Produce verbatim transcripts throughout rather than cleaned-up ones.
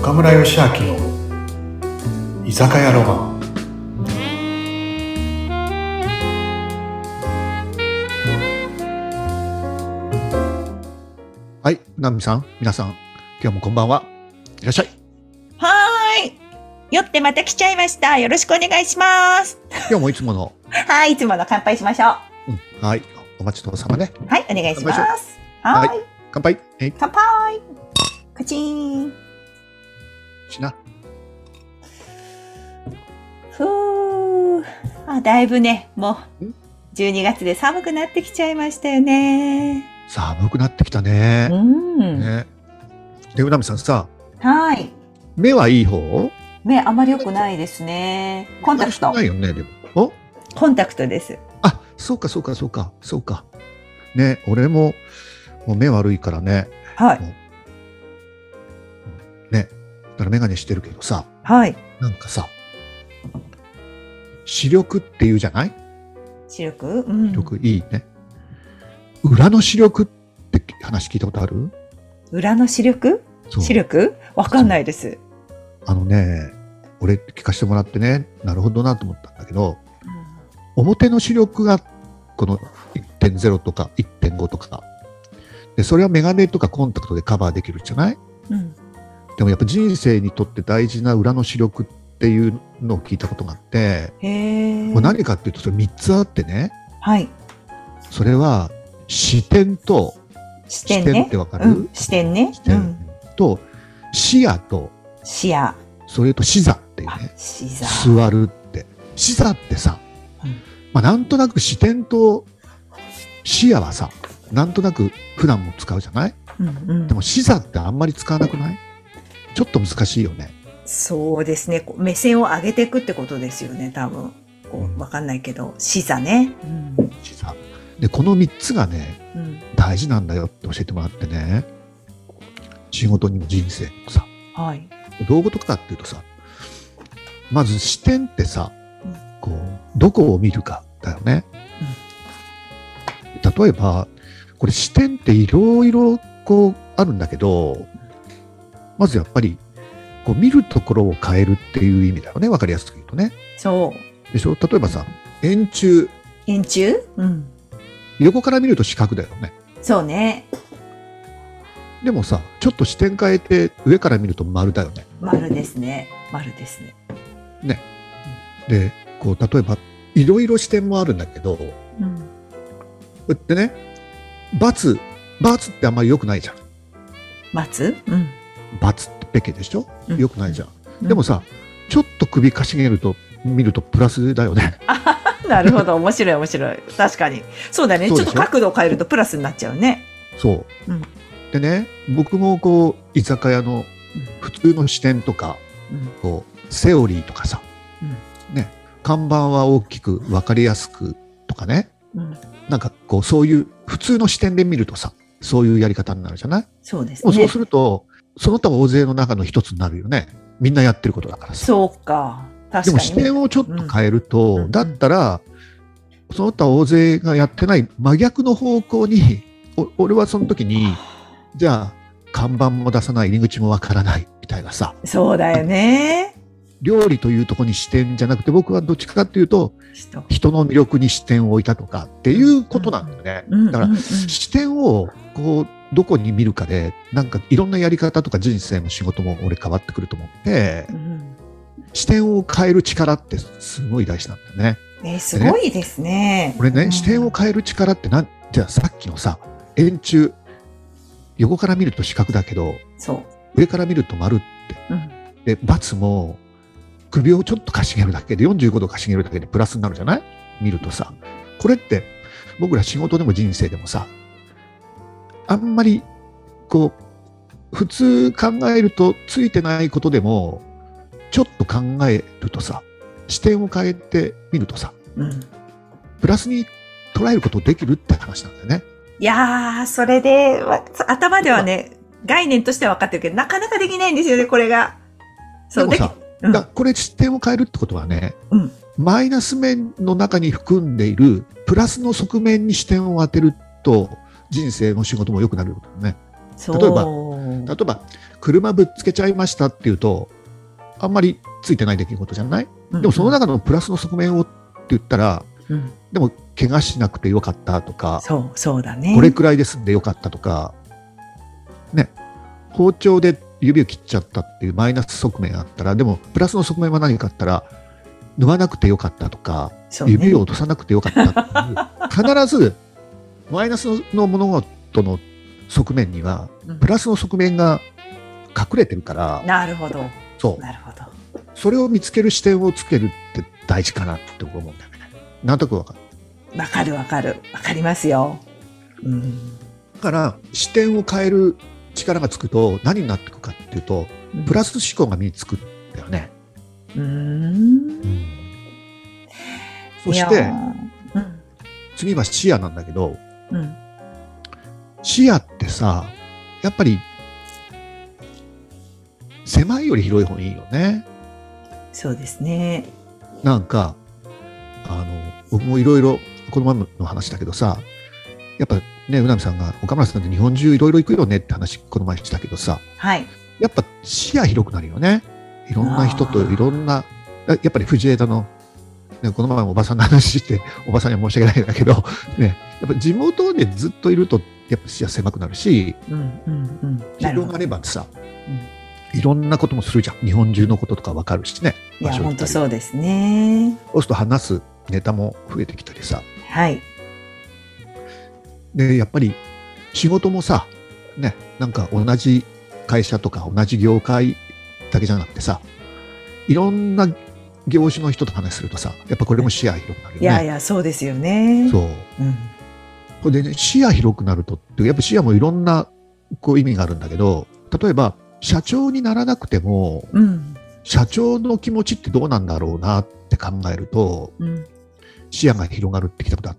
中村義明の居酒屋ロマン。 はい、ナミさん、皆さん、今日もこんばんは。いらっしゃい。 はーい。酔ってまた来ちゃいました。よろしくお願いします。 今日もいつもの。 はい、いつもの乾杯しましょう。 うん、はい、お待ちどうさまね。 はい、お願いします。 は、 はいい、 乾杯。はい、 乾杯。カチーン。 しな。 ふー。あ、だいぶね、もうじゅうにがつで寒くなってきちゃいましたよね。 寒くなってきたね。 うん。 ね。で、うなみさんさ、 はい。 目はいい方？ 目あまり良くないですね。コンタクト。 ないよね、でも。お？ コンタクトです。 あ、そうかそうかそうかそうか。ね、俺ももう目悪いからね。 はい。 ね、だから眼鏡してるけどさ。 はい。 なんかさ、視力って言うじゃない？ 視力？うん。 視力いいね。裏の視力って話聞いたことある？ 裏の視力？視力？わかんないです。 あのね、俺聞かせてもらってね、なるほどなと思ったんだけど、うん、表の視力がこの いってんゼロ とか いってんご とかで、それはメガネとかコンタクトでカバーできるじゃない？うん、でもやっぱ人生にとって大事な裏の視力っていうのを聞いたことがあって、 へー。 これ何かっていうとそれみっつあってね、 はい、 それは視点と、 視点ね、 視点ってわかる？ うん、視点ね、 視点と視野と視野、 それと視座っていうね。 視座。 座るって。視座ってさ、うん、まあなんとなく視点と視野はさ、なんとなく普段も使うじゃない？うんうん、でも視座ってあんまり使わなくない？ちょっと難しいよね。 そうですね。目線を上げていくってことですよね、多分。こうわかんないけど、視座ね。うん、 視座。で、このみっつがね、うん、大事なんだよって教えてもらってね。仕事にも人生にもさ。はい。どういうことかっていうとさ、まず視点ってさ、うん、こうどこを見るかだよね。うん、例えばこれ視点っていろいろこうあるんだけど、まずやっぱりこう見るところを変えるっていう意味だよね。わかりやすく言うとね。 そうでしょ。例えばさ、円柱。 円柱？うん。 横から見ると四角だよね。 そうね。 でもさ、ちょっと視点変えて上から見ると丸だよね。 丸ですね。丸ですね。 ね。で、こう例えばいろいろ視点もあるんだけど、うん、こうやってね、×、×ってあんまり良くないじゃん。 ×？うん。 ×ってペケでしょ？良くないじゃん。うん、でもさ、ちょっと首かしげると見るとプラスだよね。 なるほど、面白い面白い。確かに。そうだね。ちょっと角度を変えるとプラスになっちゃうね。 そう。うん、でね、僕もこう居酒屋の普通の視点とか、うん、こうセオリーとかさ、うん、ね、看板は大きく分かりやすくとかね、うん、なんかこうそういう普通の視点で見るとさ、そういうやり方になるじゃない？ そうですね。 そうするとその他大勢の中の一つになるよね。みんなやってることだからさ。 そうか。確かに。 でも視点をちょっと変えると、うん、だったらその他大勢がやってない真逆の方向に、お俺はその時にじゃあ看板も出さない、入り口もわからないみたいなさ。 そうだよね。 料理というところに視点じゃなくて、僕はどっちかっていうと人の魅力に視点を置いたとかっていうことなんだよね。うんうん、だから視点をこうどこに見るかで、なんかいろんなやり方とか人生の仕事も俺変わってくると思って、うん、視点を変える力ってすごい大事なんだよね。 えー、すごいですね。 これね、 うん、 視点を変える力ってなんじゃあさっきのさ、円柱、横から見ると四角だけど、そう上から見ると丸って、うん、で×も首をちょっとかしげるだけでよんじゅうごどかしげるだけでプラスになるじゃない？見るとさ、これって僕ら仕事でも人生でもさ、あんまりこう普通考えるとついてないことでもちょっと考えるとさ、視点を変えてみるとさ、うん、プラスに捉えることできるって話なんだよね。 いやー、それで頭ではね、概念としては分かってるけど、なかなかできないんですよね、これが。 そうでもさ、うん、だこれ視点を変えるってことはね、うん、マイナス面の中に含んでいるプラスの側面に視点を当てると人生も仕事も良くなることだね。例えば例えば車ぶっつけちゃいましたっていうとあんまりついてない出来事じゃない、うんうん、でもその中のプラスの側面をって言ったら、うん、でも怪我しなくてよかったとか、 そうそうだね、 これくらいで済んでよかったとか、ね、包丁で指を切っちゃったっていうマイナス側面があったら、でもプラスの側面は何かあったら縫わなくてよかったとか、ね、指を落とさなくてよかったっていう必ずマイナスの物事の側面にはプラスの側面が隠れてるから、 うん、なるほど、 そう、 なるほど、 それを見つける視点をつけるって大事かなって思うんだよね。なんとなくわかる。 わかるわかるわかりますよ、うん、 だから視点を変える力がつくと何になっていくかっていうと、うん、プラス思考が身につくんだよね。うーん、うん、そして、うん、次は視野なんだけど、うん、視野ってさやっぱり狭いより広い方がいいよね。 そうですね。 なんかあの僕もいろいろこの前の話だけどさ、やっぱね、うなみさんが岡村さんって日本中いろいろ行くよねって話この前したけどさ、 はい、 やっぱ視野広くなるよね。いろんな人といろんな、やっぱり藤枝の、ね、この前もおばさんの話しておばさんには申し訳ないんだけど、ね、やっぱ地元でずっといるとやっぱ視野狭くなるし、うんうんうん、広がればさ、うん、いろんなこともするじゃん。日本中のこととか分かるしね。 いや本当そうですね。 そうすると話すネタも増えてきたりさ。 はい。 でやっぱり仕事もさ、ね、なんか同じ会社とか同じ業界だけじゃなくてさ、いろんな業種の人と話するとさ、やっぱこれも視野広くなるよね。 いやいやそうですよね。 そう。うん、これでね、視野広くなるとってやっぱ視野もいろんなこう意味があるんだけど、例えば社長にならなくても、うん、社長の気持ちってどうなんだろうなって考えると、うん、視野が広がるって聞いたことあって、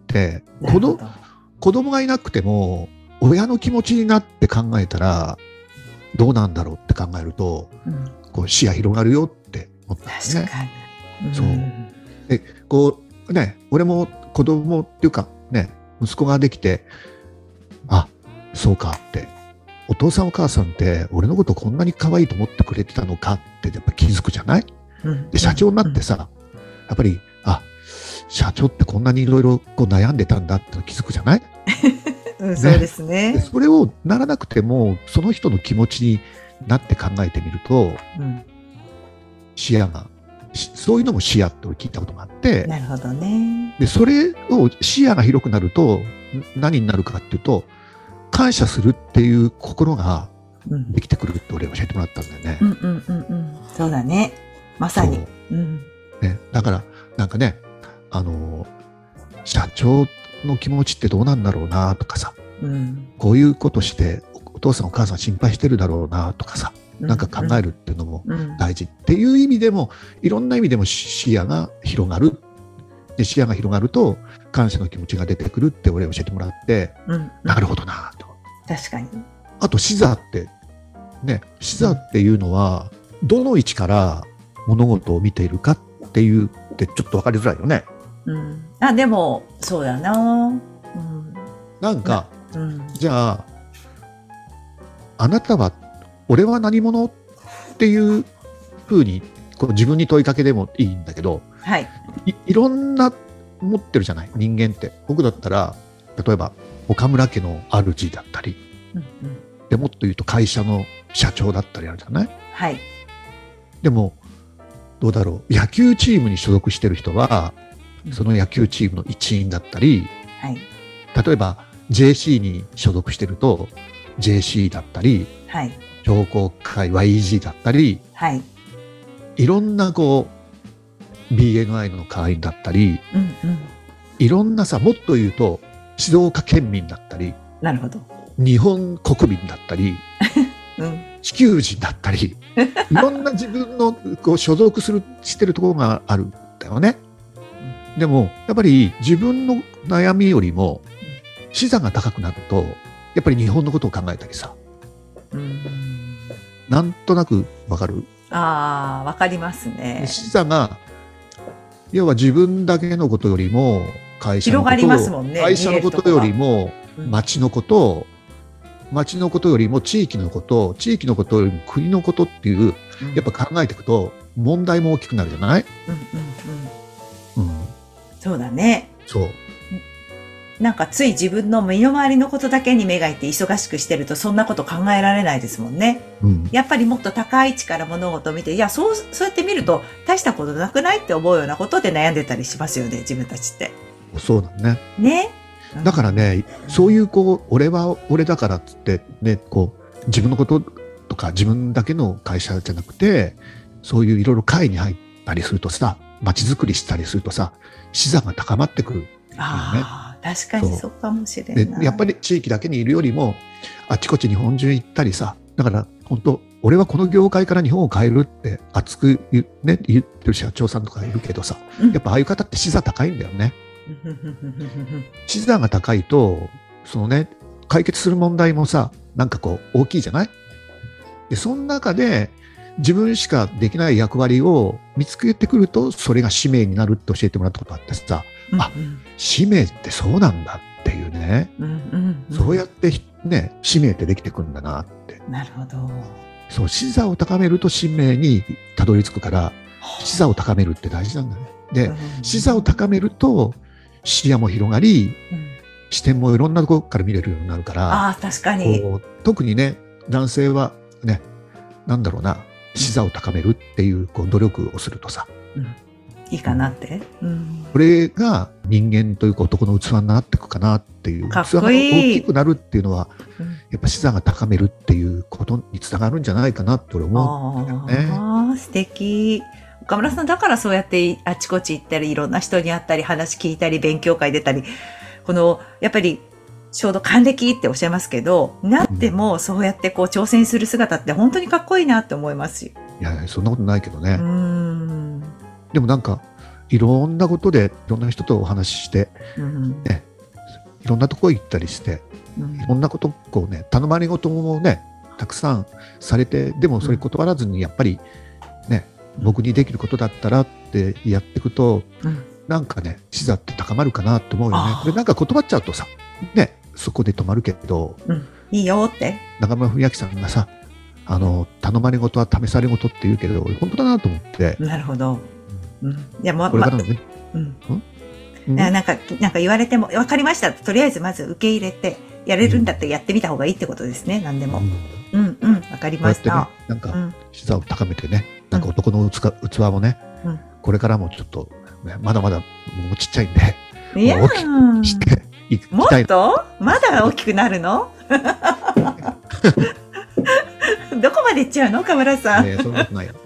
子供、子供がいなくても親の気持ちになって考えたらどうなんだろうって考えると、うん、こう視野広がるよって思ったんですね。 確かに、うん、 そうでこうね、俺も子供っていうかね、息子ができて、あ、そうかって、お父さんお母さんって俺のことこんなに可愛いと思ってくれてたのかってやっぱ気づくじゃない、うん、で社長になってさ、うん、やっぱりあ、社長ってこんなにいろいろ悩んでたんだって気づくじゃない、 うん、ね、そうですね。 でそれをならなくてもその人の気持ちになって考えてみると、うん、視野がそういうのも視野って聞いたことがあって、 なるほどね。 でそれを視野が広くなると何になるかっていうと、感謝するっていう心ができてくるって俺教えてもらったんだよね。 うんうんうんうん、そうだね、まさに。う、うん、 ね、だからなんかね、あの社長の気持ちってどうなんだろうなとかさ、うん、こういうことしてお父さんお母さん心配してるだろうなとかさ、なんか考えるっていうのも大事っていう意味でも、いろんな意味でも視野が広がる。で視野が広がると感謝の気持ちが出てくるって俺教えてもらって、うんうん、なるほどなと。 確かに。 あと視座ってね、視座っていうのはどの位置から物事を見ているかっていうってちょっと分かりづらいよね。 うん、あでもそうだな、うん、 なんか、うん、じゃああなたは俺は何者っていうふうにこの自分に問いかけでもいいんだけど、 はい、 い, いろんな持ってるじゃない人間って。僕だったら例えば岡村家の主だったり、うんうん、でもっと言うと会社の社長だったりあるじゃない、 はい、 でもどうだろう、野球チームに所属してる人はその野球チームの一員だったり、はい、例えば ジェーシー に所属してると ジェーシー だったり、はい、商工会 ワイイージー だったり、はい、いろんなこう ビーエヌアイ の会員だったり、うんうん、いろんなさ、もっと言うと静岡県民だったり、 なるほど、 日本国民だったり、うん、地球人だったりいろんな自分のこう所属するしてるところがあるんだよね。でもやっぱり自分の悩みよりも視座が高くなるとやっぱり日本のことを考えたりさ、うん、なんとなくわかる？ ああ、わかりますね。 視座が要は自分だけのことよりも会社のこと、 広がりますもんね、 会社のことよりも町のこと、 町のことよりも地域のこと、地域のことよりも国のことっていう、うん、やっぱ考えていくと問題も大きくなるじゃない？ うんうんうん。うん、そうだね。 そう。 なんかつい自分の身の回りのことだけに目がいって忙しくしてるとそんなこと考えられないですもんね。うん、やっぱりもっと高い位置から物事を見て、いや、そう、そうやって見ると大したことなくないって思うようなことで悩んでたりしますよね、自分たちって。 そうだね。 ね。 だからね、うん、そういうこう、俺は俺だからっつってね、こう、自分のこととか自分だけの会社じゃなくて、そういういろいろ会に入ったりするとさ、街づくりしたりするとさ、視座が高まってくる、ね。 ああ。確かにそうかもしれない。 でやっぱり地域だけにいるよりもあちこち日本中行ったりさ、だから本当俺はこの業界から日本を変えるって熱く言、ね、言ってる社長さんとかいるけどさ、うん、やっぱああいう方って視座高いんだよね。視座が高いとそのね解決する問題もさなんかこう大きいじゃない？でその中で自分しかできない役割を見つけてくるとそれが使命になるって教えてもらったことあってさ、あ、うんうん、使命ってそうなんだっていうね、うんうんうん、そうやってね使命ってできてくるんだなって。 なるほど。 そう視座を高めると使命にたどり着くから視座を高めるって大事なんだね。で、うんうん、視座を高めると視野も広がり、うん、視点もいろんなところから見れるようになるから。 あ、確かにこう特にね男性はねなんだろうな視座を高めるっていう、こう努力をするとさ、うん、 いいかなって、うん、 これが人間というか男の器になっていくかなっていう。 かっこいい。 器が大きくなるっていうのは、うん、やっぱ視座が高めるっていうことにつながるんじゃないかなって俺思うんだよね。 ああ素敵。岡村さんだからそうやってあちこち行ったりいろんな人に会ったり話聞いたり勉強会出たり、このやっぱりちょうど還暦っておっしゃいますけど、なってもそうやってこう挑戦する姿って本当にかっこいいなって思いますよ。 いやそんなことないけどね。うーんでもなんかいろんなことでいろんな人とお話しして、うんね、いろんなとこ行ったりして、うん、いろんなことこうね頼まれ事もねたくさんされて、でもそれ断らずにやっぱりね、うん、僕にできることだったらってやっていくと、うん、なんかね視座って高まるかなと思うよね。これなんか断っちゃうとさねそこで止まるけど、 うん、いいよって中村文明さんがさあの頼まれ事は試され事って言うけど本当だなと思って。 なるほど。うん、いやもうこれからのね、 ま、うん、うん、なんかなんか言われても分かりました。とりあえずまず受け入れてやれるんだってやってみた方がいいってことですね。何でも。うんうん、うん、分かりました。 こうやってね、なんか視座を高めてね、うん、なんか男の器もね、うん、これからもちょっと、ね、まだまだもうちっちゃいんで、 いや大きくしていきたい。 もっとまだ大きくなるの？どこまで行っちゃうの、岡村さん。 いやいやそんなことないよ。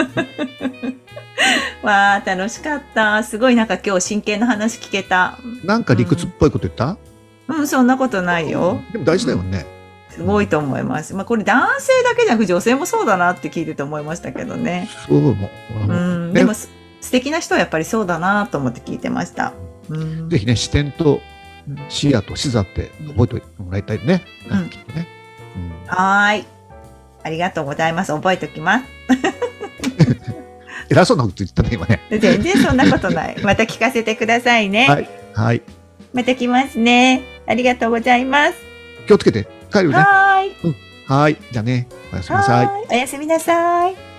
わあ楽しかった。すごいなんか今日真剣な話聞けた。 なんか理屈っぽいこと言った？ うん、うん、そんなことないよ。 でも大事だよね。 うん、すごいと思います。まあこれ男性だけじゃなく女性もそうだなって聞いてて思いましたけどね。 そうも。 うん、でも素敵な人はやっぱりそうだなと思って聞いてました。 うん、ぜひね視点と視野と視座って覚えてもらいたいね。うん、きっとね。 うん、はい。ありがとうございます。覚えておきます。 偉そうなこと言ったね今ね。 全然そんなことない。また聞かせてくださいね。 はいはい。 また来ますね。ありがとうございます。 気をつけて帰るね。 はい。 うん。はい。じゃあね。おやすみなさい。 おやすみなさい。